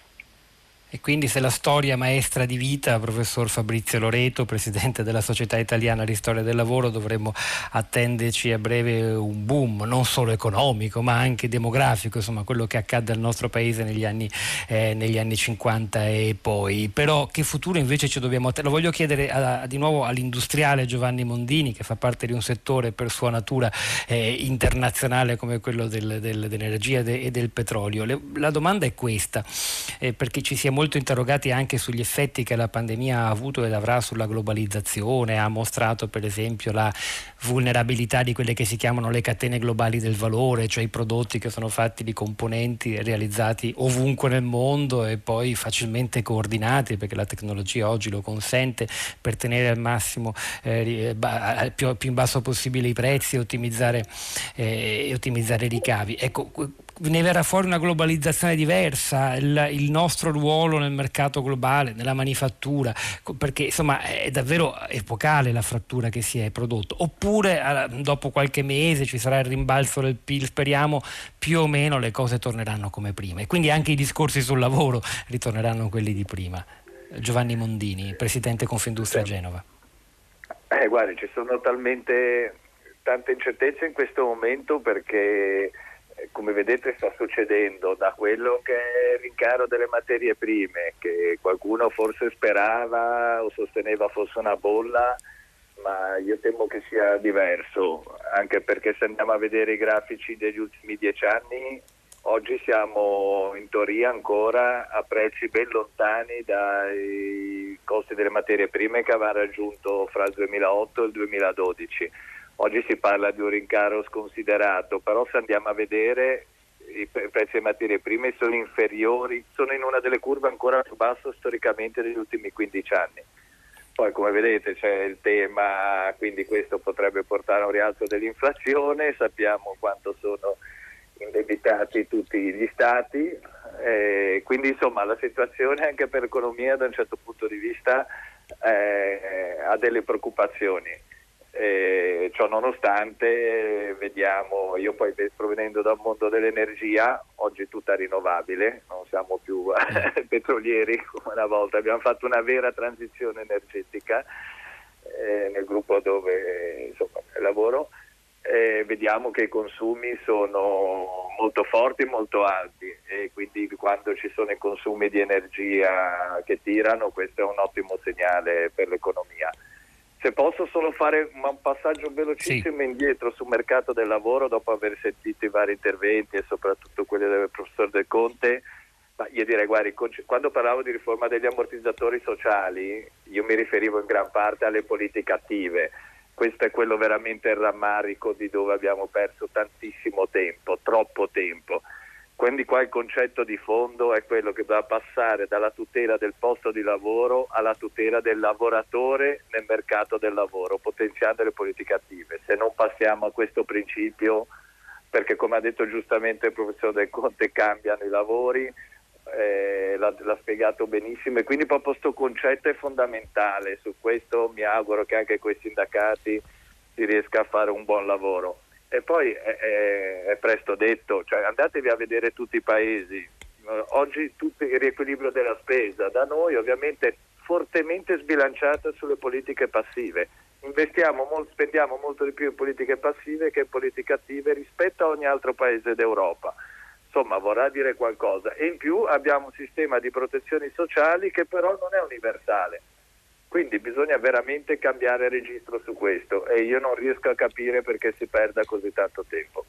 E quindi, se la storia maestra di vita, professor Fabrizio Loreto, presidente della Società Italiana di Storia del Lavoro, dovremmo attenderci a breve un boom non solo economico ma anche demografico, insomma quello che accadde al nostro paese negli anni, eh, negli anni cinquanta e poi. Però che futuro invece ci dobbiamo attendere? Lo voglio chiedere a, di nuovo all'industriale Giovanni Mondini, che fa parte di un settore per sua natura eh, internazionale come quello del, del, dell'energia de, e del petrolio. Le, la domanda è questa, eh, perché ci si è molto interrogati anche sugli effetti che la pandemia ha avuto ed avrà sulla globalizzazione. Ha mostrato per esempio la vulnerabilità di quelle che si chiamano le catene globali del valore, cioè i prodotti che sono fatti di componenti realizzati ovunque nel mondo e poi facilmente coordinati, perché la tecnologia oggi lo consente, per tenere al massimo eh, più, più in basso possibile i prezzi e ottimizzare, eh, ottimizzare i ricavi. Ecco, ne verrà fuori una globalizzazione diversa, il, il nostro ruolo nel mercato globale, nella manifattura, perché insomma è davvero epocale la frattura che si è prodotta, oppure dopo qualche mese ci sarà il rimbalzo del P I L, speriamo, più o meno le cose torneranno come prima e quindi anche i discorsi sul lavoro ritorneranno quelli di prima. Giovanni Mondini, presidente Confindustria Genova. Eh, guardi, ci sono talmente tante incertezze in questo momento perché, come vedete, sta succedendo da quello che è il rincaro delle materie prime, che qualcuno forse sperava o sosteneva fosse una bolla, ma io temo che sia diverso, anche perché se andiamo a vedere i grafici degli ultimi dieci anni, oggi siamo in teoria ancora a prezzi ben lontani dai costi delle materie prime che aveva raggiunto fra il duemilaotto e il duemiladodici. Oggi si parla di un rincaro sconsiderato, però se andiamo a vedere i prezzi delle materie prime sono inferiori, sono in una delle curve ancora più basse storicamente degli ultimi quindici anni. Poi come vedete c'è il tema, quindi questo potrebbe portare a un rialzo dell'inflazione, sappiamo quanto sono indebitati tutti gli stati, eh, quindi insomma la situazione anche per l'economia da un certo punto di vista eh, ha delle preoccupazioni. Eh, ciò nonostante eh, vediamo, io poi provenendo dal mondo dell'energia, oggi tutta rinnovabile, non siamo più eh, petrolieri come una volta, abbiamo fatto una vera transizione energetica eh, nel gruppo dove insomma lavoro. Eh, vediamo che i consumi sono molto forti, molto alti e quindi quando ci sono i consumi di energia che tirano, questo è un ottimo segnale per l'economia. Se posso solo fare un passaggio velocissimo sì. indietro sul mercato del lavoro dopo aver sentito i vari interventi e soprattutto quelli del professor Del Conte, ma io direi, guardi, quando parlavo di riforma degli ammortizzatori sociali io mi riferivo in gran parte alle politiche attive. Questo è quello veramente il rammarico di dove abbiamo perso tantissimo tempo, troppo tempo. Quindi qua il concetto di fondo è quello che va passare dalla tutela del posto di lavoro alla tutela del lavoratore nel mercato del lavoro, potenziando le politiche attive. Se non passiamo a questo principio, perché come ha detto giustamente il professor Del Conte, cambiano i lavori, eh, l'ha, l'ha spiegato benissimo e quindi proprio questo concetto è fondamentale. Su questo mi auguro che anche quei sindacati si riesca a fare un buon lavoro. E poi è, è, è presto detto, cioè andatevi a vedere tutti i paesi, oggi tutto il riequilibrio della spesa, da noi ovviamente è fortemente sbilanciata sulle politiche passive, investiamo, mol, spendiamo molto di più in politiche passive che in politiche attive rispetto a ogni altro paese d'Europa, insomma vorrà dire qualcosa, e in più abbiamo un sistema di protezioni sociali che però non è universale. Quindi bisogna veramente cambiare registro su questo e io non riesco a capire perché si perda così tanto tempo.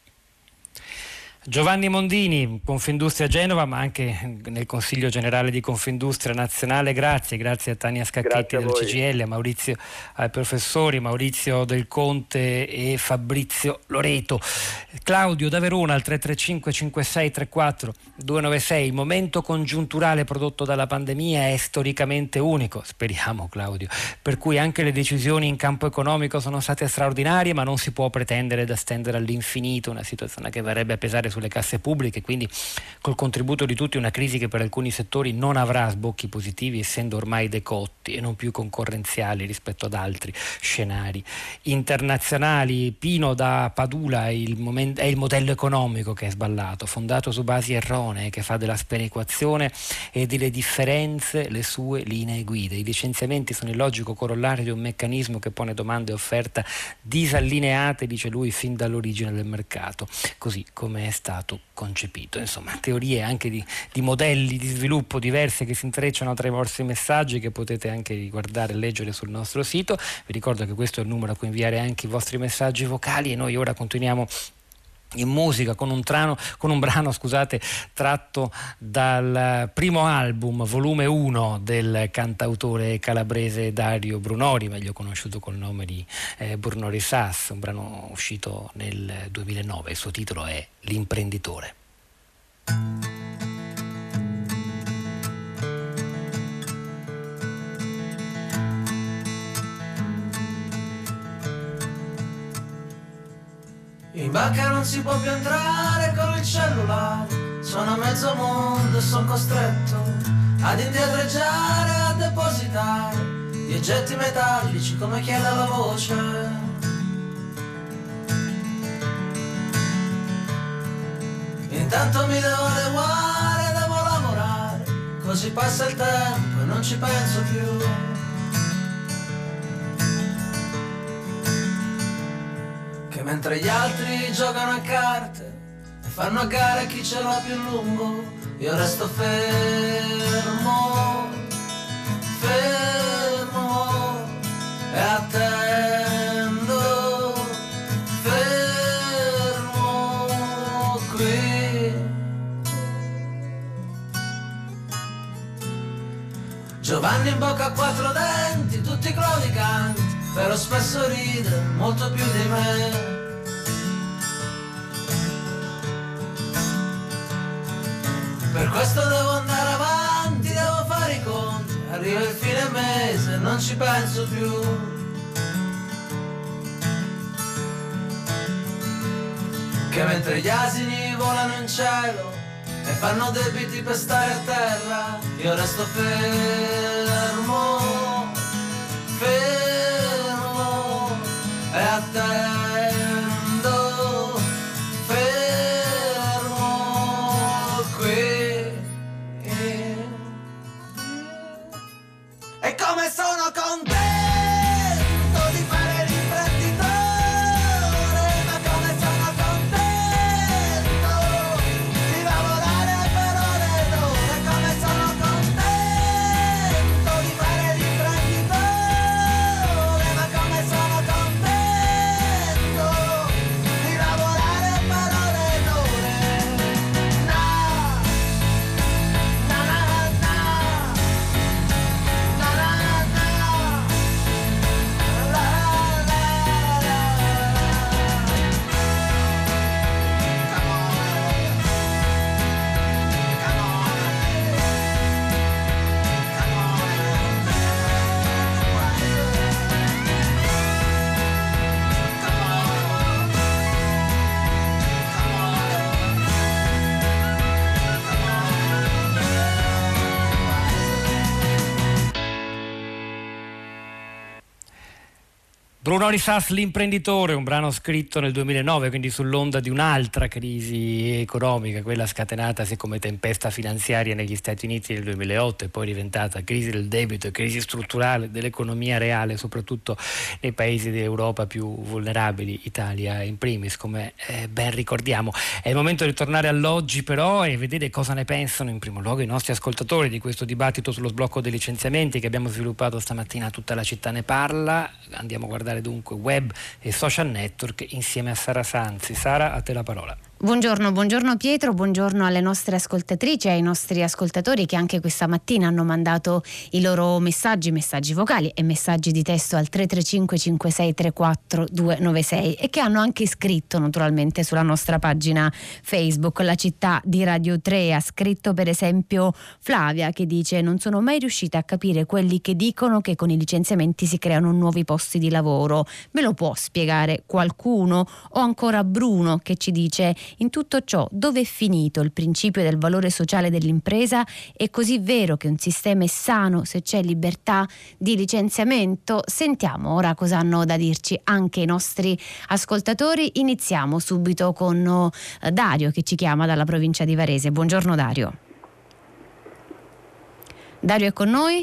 Giovanni Mondini, Confindustria Genova, ma anche nel Consiglio Generale di Confindustria Nazionale, grazie, grazie a Tania Scacchetti del C G I L, a Maurizio, ai professori Maurizio Del Conte e Fabrizio Loreto. Claudio da Verona al tre tre cinque cinque sei tre quattro due nove sei, il momento congiunturale prodotto dalla pandemia è storicamente unico, speriamo Claudio, per cui anche le decisioni in campo economico sono state straordinarie, ma non si può pretendere da stendere all'infinito una situazione che verrebbe a pesare sulle casse pubbliche, quindi col contributo di tutti una crisi che per alcuni settori non avrà sbocchi positivi essendo ormai decotti e non più concorrenziali rispetto ad altri scenari internazionali. Pino da Padula, il moment- è il modello economico che è sballato, fondato su basi erronee, che fa della sperequazione e delle differenze le sue linee guida. I licenziamenti sono il logico corollario di un meccanismo che pone domanda e offerta disallineate, dice lui, fin dall'origine del mercato, così come è stato concepito. Insomma, teorie anche di, di modelli di sviluppo diversi che si intrecciano tra i vostri messaggi, che potete anche riguardare e leggere sul nostro sito. Vi ricordo che questo è il numero a cui inviare anche i vostri messaggi vocali e noi ora continuiamo in musica con un, trano, con un brano scusate, tratto dal primo album, volume uno, del cantautore calabrese Dario Brunori, meglio conosciuto col nome di eh, Brunori Sass, un brano uscito nel duemilanove, il suo titolo è L'imprenditore. In banca non si può più entrare con il cellulare, sono a mezzo mondo e sono costretto ad indietreggiare, a depositare gli oggetti metallici come chiede la voce. Intanto mi devo adeguare, devo lavorare, così passa il tempo e non ci penso più. Che mentre gli altri giocano a carte e fanno a gara chi ce l'ha più lungo, io resto fermo, fermo e attendo, fermo qui. Giovanni in bocca a quattro denti, tutti claudicanti, però spesso ride molto più di me. Per questo devo andare avanti, devo fare i conti, arriva il fine mese e non ci penso più. Che mentre gli asini volano in cielo e fanno debiti per stare a terra, io resto fermo, fermo e attendo, fermo qui. E come sono contento di fare l'imprenditore, ma come sono contento di lavorare per ore ed ore, come sono contento di fare l'imprenditore, ma come sono contento di lavorare per ore ed ore. Na, na, na, na. Bruno Risas, L'imprenditore, un brano scritto nel duemilanove, quindi sull'onda di un'altra crisi economica, quella scatenatasi come tempesta finanziaria negli Stati Uniti nel duemilaotto e poi diventata crisi del debito e crisi strutturale dell'economia reale, soprattutto nei paesi d'Europa più vulnerabili, Italia in primis, come eh, ben ricordiamo. È il momento di tornare all'oggi però e vedere cosa ne pensano in primo luogo i nostri ascoltatori di questo dibattito sullo sblocco dei licenziamenti che abbiamo sviluppato stamattina. Tutta la città ne parla. Andiamo a guardare dunque web e social network insieme a Sara Sanzi. Sara, a te la parola. Buongiorno, buongiorno Pietro, buongiorno alle nostre ascoltatrici e ai nostri ascoltatori che anche questa mattina hanno mandato i loro messaggi, messaggi vocali e messaggi di testo al tre tre cinque cinque sei tre quattro due nove sei e che hanno anche scritto naturalmente sulla nostra pagina Facebook. La città di Radio tre ha scritto per esempio Flavia che dice: non sono mai riuscita a capire quelli che dicono che con i licenziamenti si creano nuovi posti di lavoro. Me lo può spiegare qualcuno? O ancora Bruno che ci dice: in tutto ciò dove è finito il principio del valore sociale dell'impresa? È così vero che un sistema è sano se c'è libertà di licenziamento? Sentiamo ora cosa hanno da dirci anche i nostri ascoltatori. Iniziamo subito con Dario che ci chiama dalla provincia di Varese. Buongiorno Dario. Dario è con noi?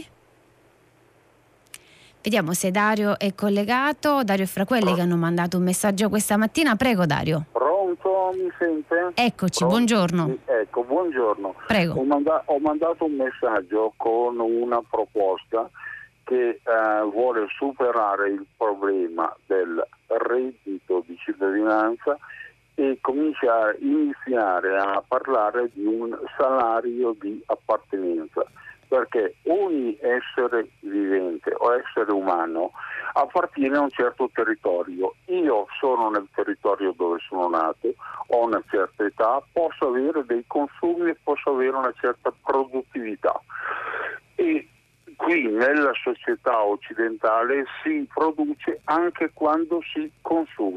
Vediamo se Dario è collegato. Dario è fra quelli che hanno mandato un messaggio questa mattina. Prego Dario. Pronto, mi sente? Eccoci, Pronto? buongiorno. Ecco, buongiorno. Prego. Ho, manda- ho mandato un messaggio con una proposta che eh, vuole superare il problema del reddito di cittadinanza e comincia a iniziare a parlare di un salario di appartenenza. Perché ogni essere vivente o essere umano appartiene a un certo territorio. Io sono nel territorio dove sono nato, ho una certa età, posso avere dei consumi e posso avere una certa produttività. E qui nella società occidentale si produce anche quando si consuma,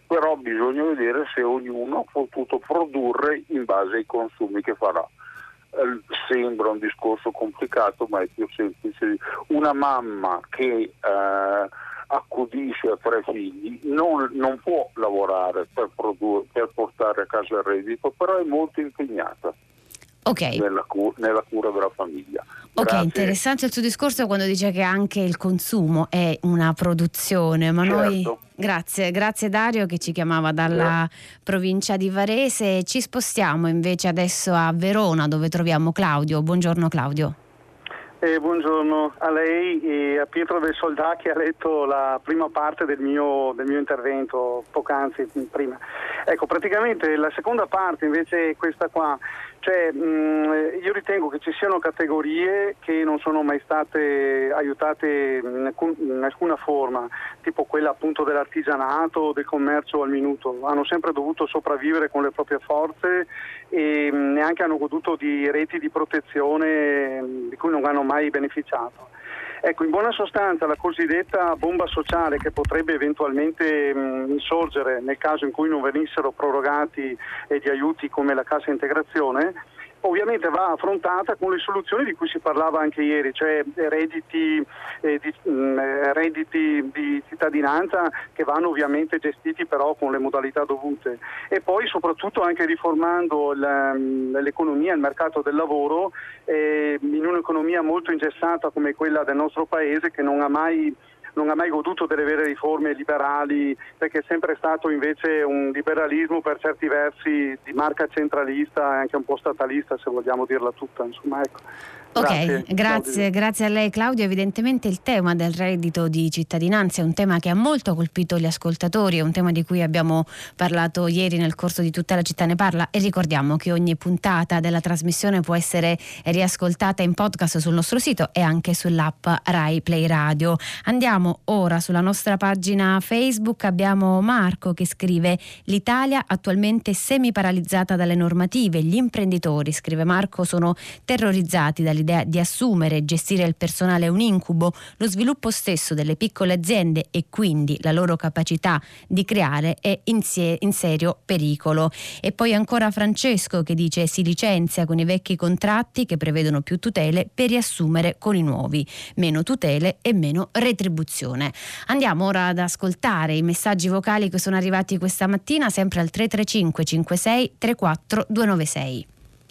però bisogna vedere se ognuno ha potuto produrre in base ai consumi che farà. Eh, sembra un discorso complicato, ma è più semplice. Una mamma che eh, accudisce a tre figli non, non può lavorare per, produrre, per portare a casa il reddito, però è molto impegnata. Okay. Nella, cu- nella cura della famiglia. Ok, Grazie. interessante il suo discorso quando dice che anche il consumo è una produzione, ma certo. noi grazie, grazie Dario che ci chiamava dalla certo. provincia di Varese. Ci spostiamo invece adesso a Verona, dove troviamo Claudio. Buongiorno Claudio. Eh, buongiorno a lei e a Pietro del Soldà, che ha letto la prima parte del mio, del mio intervento poc'anzi prima. Ecco, praticamente la seconda parte invece è questa qua. Cioè, mh, io ritengo che ci siano categorie che non sono mai state aiutate in, alcun, in alcuna forma, tipo quella appunto dell'artigianato, del commercio al minuto. Hanno sempre dovuto sopravvivere con le proprie forze e mh, neanche hanno goduto di reti di protezione mh, di cui non hanno mai beneficiato. Ecco, in buona sostanza la cosiddetta bomba sociale che potrebbe eventualmente mh, insorgere nel caso in cui non venissero prorogati eh, gli aiuti come la cassa integrazione, ovviamente va affrontata con le soluzioni di cui si parlava anche ieri, cioè redditi, eh, di, mh, redditi di cittadinanza che vanno ovviamente gestiti però con le modalità dovute, e poi soprattutto anche riformando l'economia, il mercato del lavoro, eh, in un'economia molto ingessata come quella del nostro paese, che non ha mai non ha mai goduto delle vere riforme liberali, perché è sempre stato invece un liberalismo per certi versi di marca centralista e anche un po' statalista, se vogliamo dirla tutta, insomma, ecco. Ok, grazie, grazie, grazie a lei Claudio. Evidentemente il tema del reddito di cittadinanza è un tema che ha molto colpito gli ascoltatori, è un tema di cui abbiamo parlato ieri nel corso di Tutta la città ne parla, e ricordiamo che ogni puntata della trasmissione può essere riascoltata in podcast sul nostro sito e anche sull'app Rai Play Radio. Andiamo ora sulla nostra pagina Facebook, abbiamo Marco che scrive: l'Italia attualmente semi paralizzata dalle normative, gli imprenditori, scrive Marco, sono terrorizzati dall'idea di assumere e gestire il personale è un incubo, lo sviluppo stesso delle piccole aziende e quindi la loro capacità di creare è in, sie- in serio pericolo. E poi ancora Francesco che dice: si licenzia con i vecchi contratti che prevedono più tutele per riassumere con i nuovi, meno tutele e meno retribuzione. Andiamo ora ad ascoltare i messaggi vocali che sono arrivati questa mattina, sempre al tre tre cinque cinque sei tre quattro due nove sei.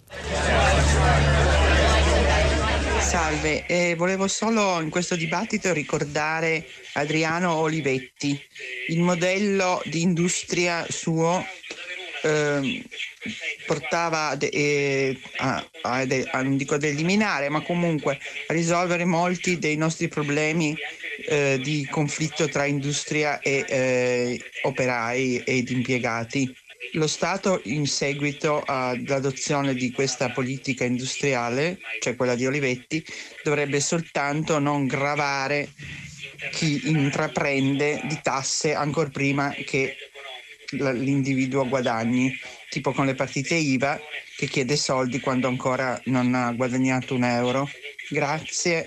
Salve, eh, volevo solo in questo dibattito ricordare Adriano Olivetti. Il modello di industria suo eh, portava de, eh, a, a, de, a, non dico ad eliminare, ma comunque a risolvere molti dei nostri problemi eh, di conflitto tra industria e eh, operai ed impiegati. Lo Stato, in seguito all'adozione di questa politica industriale, cioè quella di Olivetti, dovrebbe soltanto non gravare chi intraprende di tasse ancor prima che l'individuo guadagni, tipo con le partite I V A che chiede soldi quando ancora non ha guadagnato un euro. Grazie.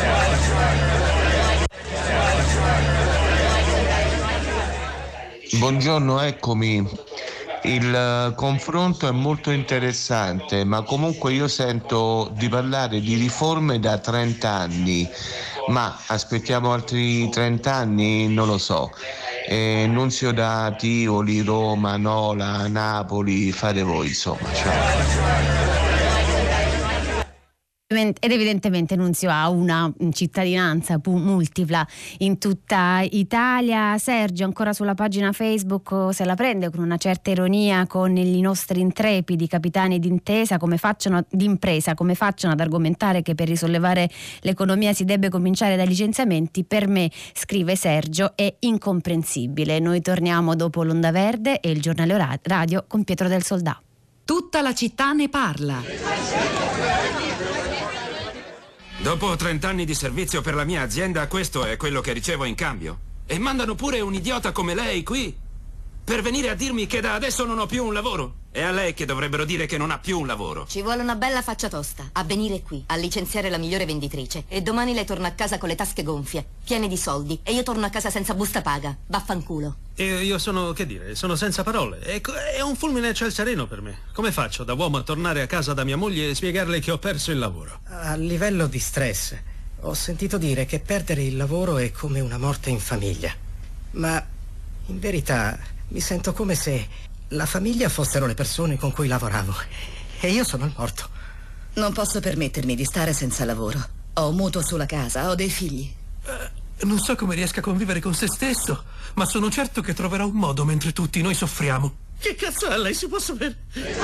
Buongiorno, eccomi. Il confronto è molto interessante, ma comunque io sento di parlare di riforme da trenta anni, ma aspettiamo altri trenta anni? Non lo so. Eh, Nunzio da Tivoli, Roma, Nola, Napoli, fate voi, insomma. Ciao. Ed evidentemente Nunzio ha una cittadinanza multipla in tutta Italia. Sergio, ancora sulla pagina Facebook, se la prende con una certa ironia con i nostri intrepidi capitani d'intesa, come facciano, d'impresa, come facciano ad argomentare che per risollevare l'economia si debba cominciare dai licenziamenti. Per me, scrive Sergio, è incomprensibile. Noi torniamo dopo l'Onda Verde e il giornale radio con Pietro del Soldà. Tutta la città ne parla. Dopo trent'anni di servizio per la mia azienda, questo è quello che ricevo in cambio. E mandano pure un idiota come lei qui? Per venire a dirmi che da adesso non ho più un lavoro? È a lei che dovrebbero dire che non ha più un lavoro. Ci vuole una bella faccia tosta a venire qui, a licenziare la migliore venditrice. E domani lei torna a casa con le tasche gonfie, piene di soldi. E io torno a casa senza busta paga. Vaffanculo. Io, io sono, che dire, sono senza parole. È, è un fulmine a ciel sereno per me. Come faccio da uomo a tornare a casa da mia moglie e spiegarle che ho perso il lavoro? A livello di stress, ho sentito dire che perdere il lavoro è come una morte in famiglia. Ma in verità mi sento come se la famiglia fossero le persone con cui lavoravo e io sono il morto. Non posso permettermi di stare senza lavoro. Ho un mutuo sulla casa, ho dei figli. Eh, non so come riesca a convivere con se stesso, ma sono certo che troverò un modo mentre tutti noi soffriamo. Che cazzo è? Lei si può sapere?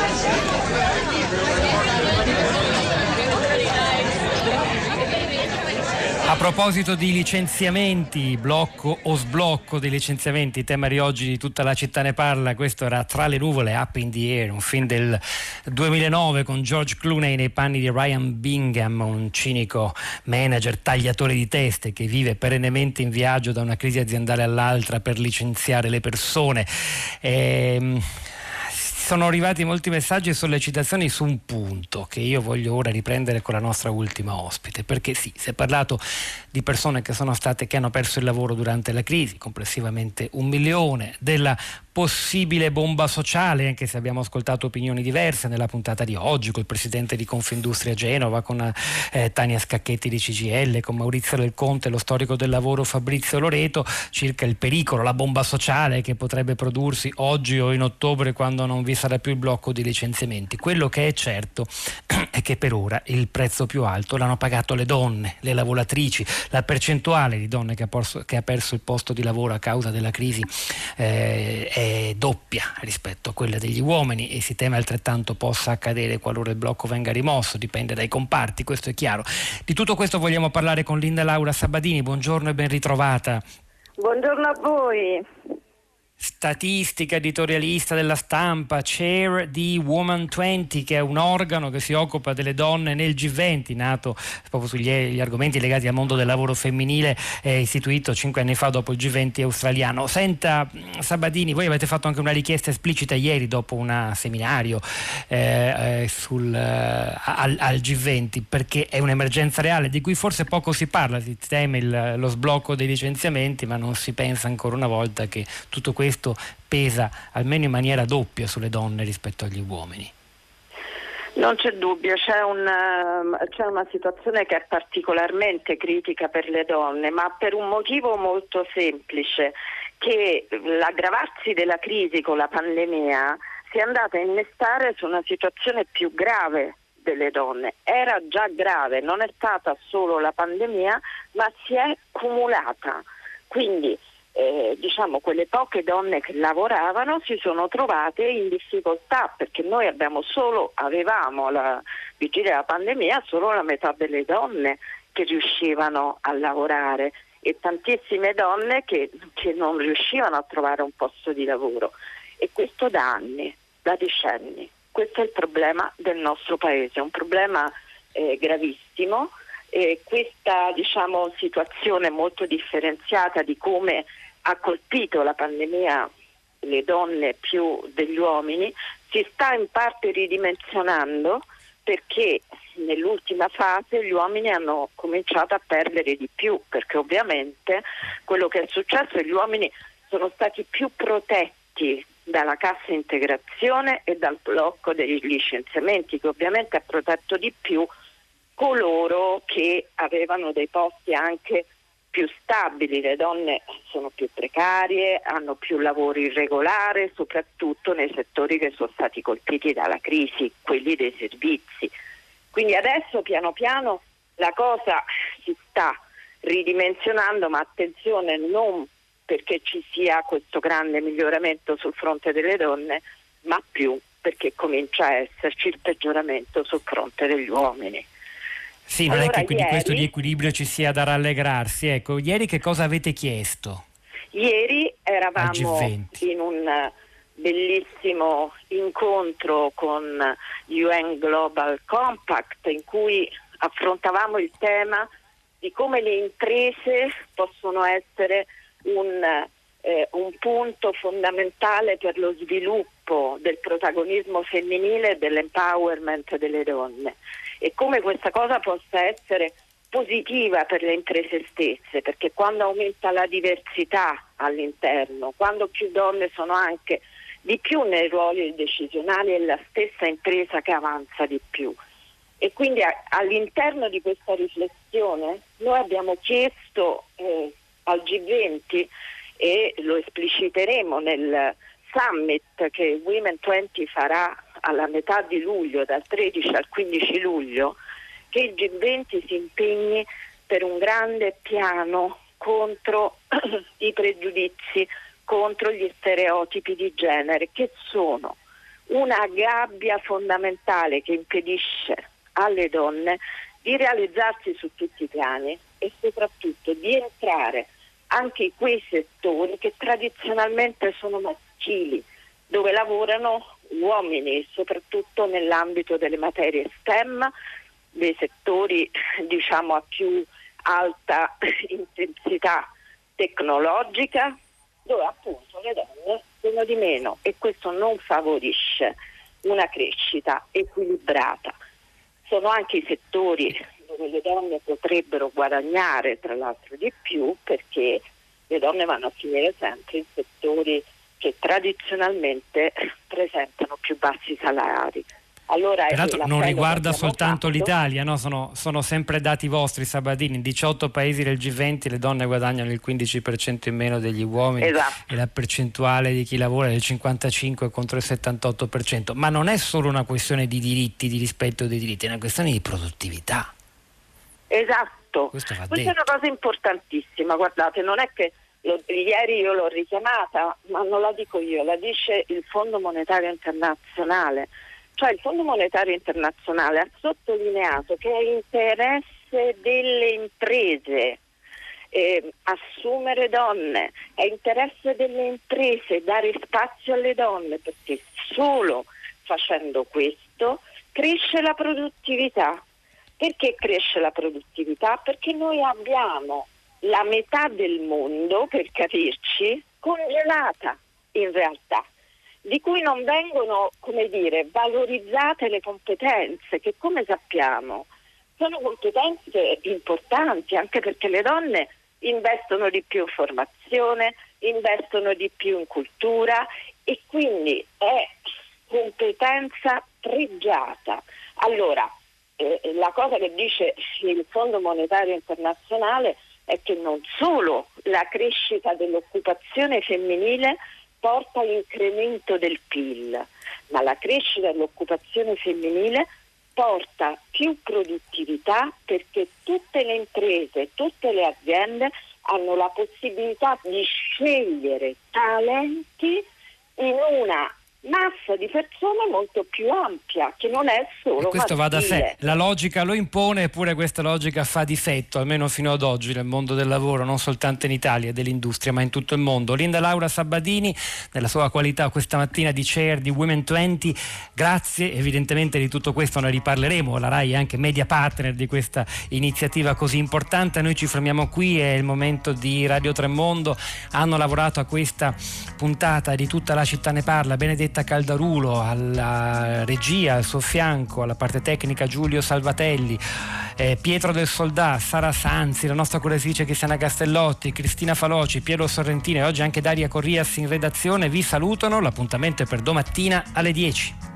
A proposito di licenziamenti, blocco o sblocco dei licenziamenti, tema di oggi di Tutta la città ne parla. Questo era Tra le nuvole, Up in the Air, un film del duemilanove con George Clooney nei panni di Ryan Bingham, un cinico manager tagliatore di teste che vive perennemente in viaggio da una crisi aziendale all'altra per licenziare le persone. Ehm... Sono arrivati molti messaggi e sollecitazioni su un punto che io voglio ora riprendere con la nostra ultima ospite, perché sì, si è parlato di persone che sono state, che hanno perso il lavoro durante la crisi, complessivamente un milione, della possibile bomba sociale, anche se abbiamo ascoltato opinioni diverse nella puntata di oggi col presidente di Confindustria Genova, con eh, Tania Scacchetti di C G I L, con Maurizio Del Conte, lo storico del lavoro Fabrizio Loreto, circa il pericolo, la bomba sociale che potrebbe prodursi oggi o in ottobre quando non vi sarà più il blocco di licenziamenti. Quello che è certo è che per ora il prezzo più alto l'hanno pagato le donne, le lavoratrici. La percentuale di donne che ha, porso, che ha perso il posto di lavoro a causa della crisi eh, è doppia rispetto a quella degli uomini e si teme altrettanto possa accadere qualora il blocco venga rimosso, dipende dai comparti, questo è chiaro. Di tutto questo vogliamo parlare con Linda Laura Sabadini. Buongiorno e ben ritrovata. Buongiorno a voi. Statistica, editorialista della Stampa, chair di Woman venti, che è un organo che si occupa delle donne nel G venti, nato proprio sugli gli argomenti legati al mondo del lavoro femminile, eh, istituito cinque anni fa dopo il G venti australiano. Senta Sabadini, voi avete fatto anche una richiesta esplicita ieri dopo un seminario eh, sul, eh, al, al G venti, perché è un'emergenza reale di cui forse poco si parla, si teme il, lo sblocco dei licenziamenti, ma non si pensa ancora una volta che tutto questo pesa almeno in maniera doppia sulle donne rispetto agli uomini. Non c'è dubbio, c'è, un, c'è una situazione che è particolarmente critica per le donne, ma per un motivo molto semplice, che l'aggravarsi della crisi con la pandemia si è andata a innestare su una situazione più grave delle donne. Era già grave, non è stata solo la pandemia, ma si è cumulata. Quindi Eh, diciamo quelle poche donne che lavoravano si sono trovate in difficoltà, perché noi abbiamo solo avevamo alla vigilia della pandemia solo la metà delle donne che riuscivano a lavorare e tantissime donne che, che non riuscivano a trovare un posto di lavoro, e questo da anni, da decenni. Questo è il problema del nostro paese, un problema eh, gravissimo. E questa diciamo situazione molto differenziata di come ha colpito la pandemia le donne più degli uomini si sta in parte ridimensionando, perché nell'ultima fase gli uomini hanno cominciato a perdere di più, perché ovviamente quello che è successo è che gli uomini sono stati più protetti dalla cassa integrazione e dal blocco dei licenziamenti, che ovviamente ha protetto di più coloro che avevano dei posti anche più stabili. Le donne sono più precarie, hanno più lavoro irregolare, soprattutto nei settori che sono stati colpiti dalla crisi, quelli dei servizi. Quindi adesso piano piano la cosa si sta ridimensionando, ma attenzione, non perché ci sia questo grande miglioramento sul fronte delle donne, ma più perché comincia a esserci il peggioramento sul fronte degli uomini. Sì, non allora, è che quindi ieri, questo di equilibrio ci sia da rallegrarsi. Ecco, ieri che cosa avete chiesto? Ieri eravamo in un bellissimo incontro con U N Global Compact, in cui affrontavamo il tema di come le imprese possono essere un eh, un punto fondamentale per lo sviluppo del protagonismo femminile e dell'empowerment delle donne, e come questa cosa possa essere positiva per le imprese stesse, perché quando aumenta la diversità all'interno, quando più donne sono anche di più nei ruoli decisionali, è la stessa impresa che avanza di più. E quindi a, all'interno di questa riflessione noi abbiamo chiesto eh, al G venti, e lo espliciteremo nel summit che Women venti farà alla metà di luglio, dal tredici al quindici luglio, che il G venti si impegni per un grande piano contro i pregiudizi, contro gli stereotipi di genere, che sono una gabbia fondamentale che impedisce alle donne di realizzarsi su tutti i piani e soprattutto di entrare anche in quei settori che tradizionalmente sono maschili, dove lavorano uomini, soprattutto nell'ambito delle materie STEM, dei settori diciamo a più alta intensità tecnologica, dove appunto le donne sono di meno, e questo non favorisce una crescita equilibrata. Sono anche i settori dove le donne potrebbero guadagnare tra l'altro di più, perché le donne vanno a finire sempre in settori che tradizionalmente presentano più bassi salari. Allora, peraltro non riguarda soltanto fatto. l'Italia, no? sono, sono sempre dati vostri, Sabadini. In diciotto paesi del G venti le donne guadagnano il quindici per cento in meno degli uomini, esatto. E la percentuale di chi lavora è del cinquantacinque contro il settantotto per cento. Ma non è solo una questione di diritti, di rispetto dei diritti, è una questione di produttività. Esatto, questa è una cosa importantissima. Guardate, non è che lo, ieri io l'ho richiamata, ma non la dico io, la dice il Fondo Monetario Internazionale. Cioè il Fondo Monetario Internazionale ha sottolineato che è interesse delle imprese eh, assumere donne, è interesse delle imprese dare spazio alle donne, perché solo facendo questo cresce la produttività. Perché cresce la produttività? Perché noi abbiamo la metà del mondo, per capirci, congelata in realtà, di cui non vengono, come dire, valorizzate le competenze, che come sappiamo sono competenze importanti, anche perché le donne investono di più in formazione, investono di più in cultura, e quindi è competenza pregiata. Allora, eh, la cosa che dice il Fondo Monetario Internazionale è che non solo la crescita dell'occupazione femminile porta all'incremento del P I L, ma la crescita dell'occupazione femminile porta più produttività, perché tutte le imprese, tutte le aziende hanno la possibilità di scegliere talenti in una massa di persone molto più ampia, che non è solo e questo maschile. Va da sé, la logica lo impone, eppure questa logica fa difetto, almeno fino ad oggi, nel mondo del lavoro, non soltanto in Italia e dell'industria, ma in tutto il mondo. Linda Laura Sabadini, nella sua qualità questa mattina di chair di Women venti, grazie evidentemente di tutto questo, ne riparleremo, la RAI è anche media partner di questa iniziativa così importante. Noi ci fermiamo qui, è il momento di Radio Tremondo. Hanno lavorato a questa puntata di Tutta la città ne parla Benedetta Caldarulo, alla regia al suo fianco, alla parte tecnica Giulio Salvatelli, eh, Pietro del Soldà, Sara Sanzi, la nostra curatrice Cristiana Castellotti, Cristina Faloci, Piero Sorrentino e oggi anche Daria Corrias in redazione vi salutano. L'appuntamento è per domattina alle dieci.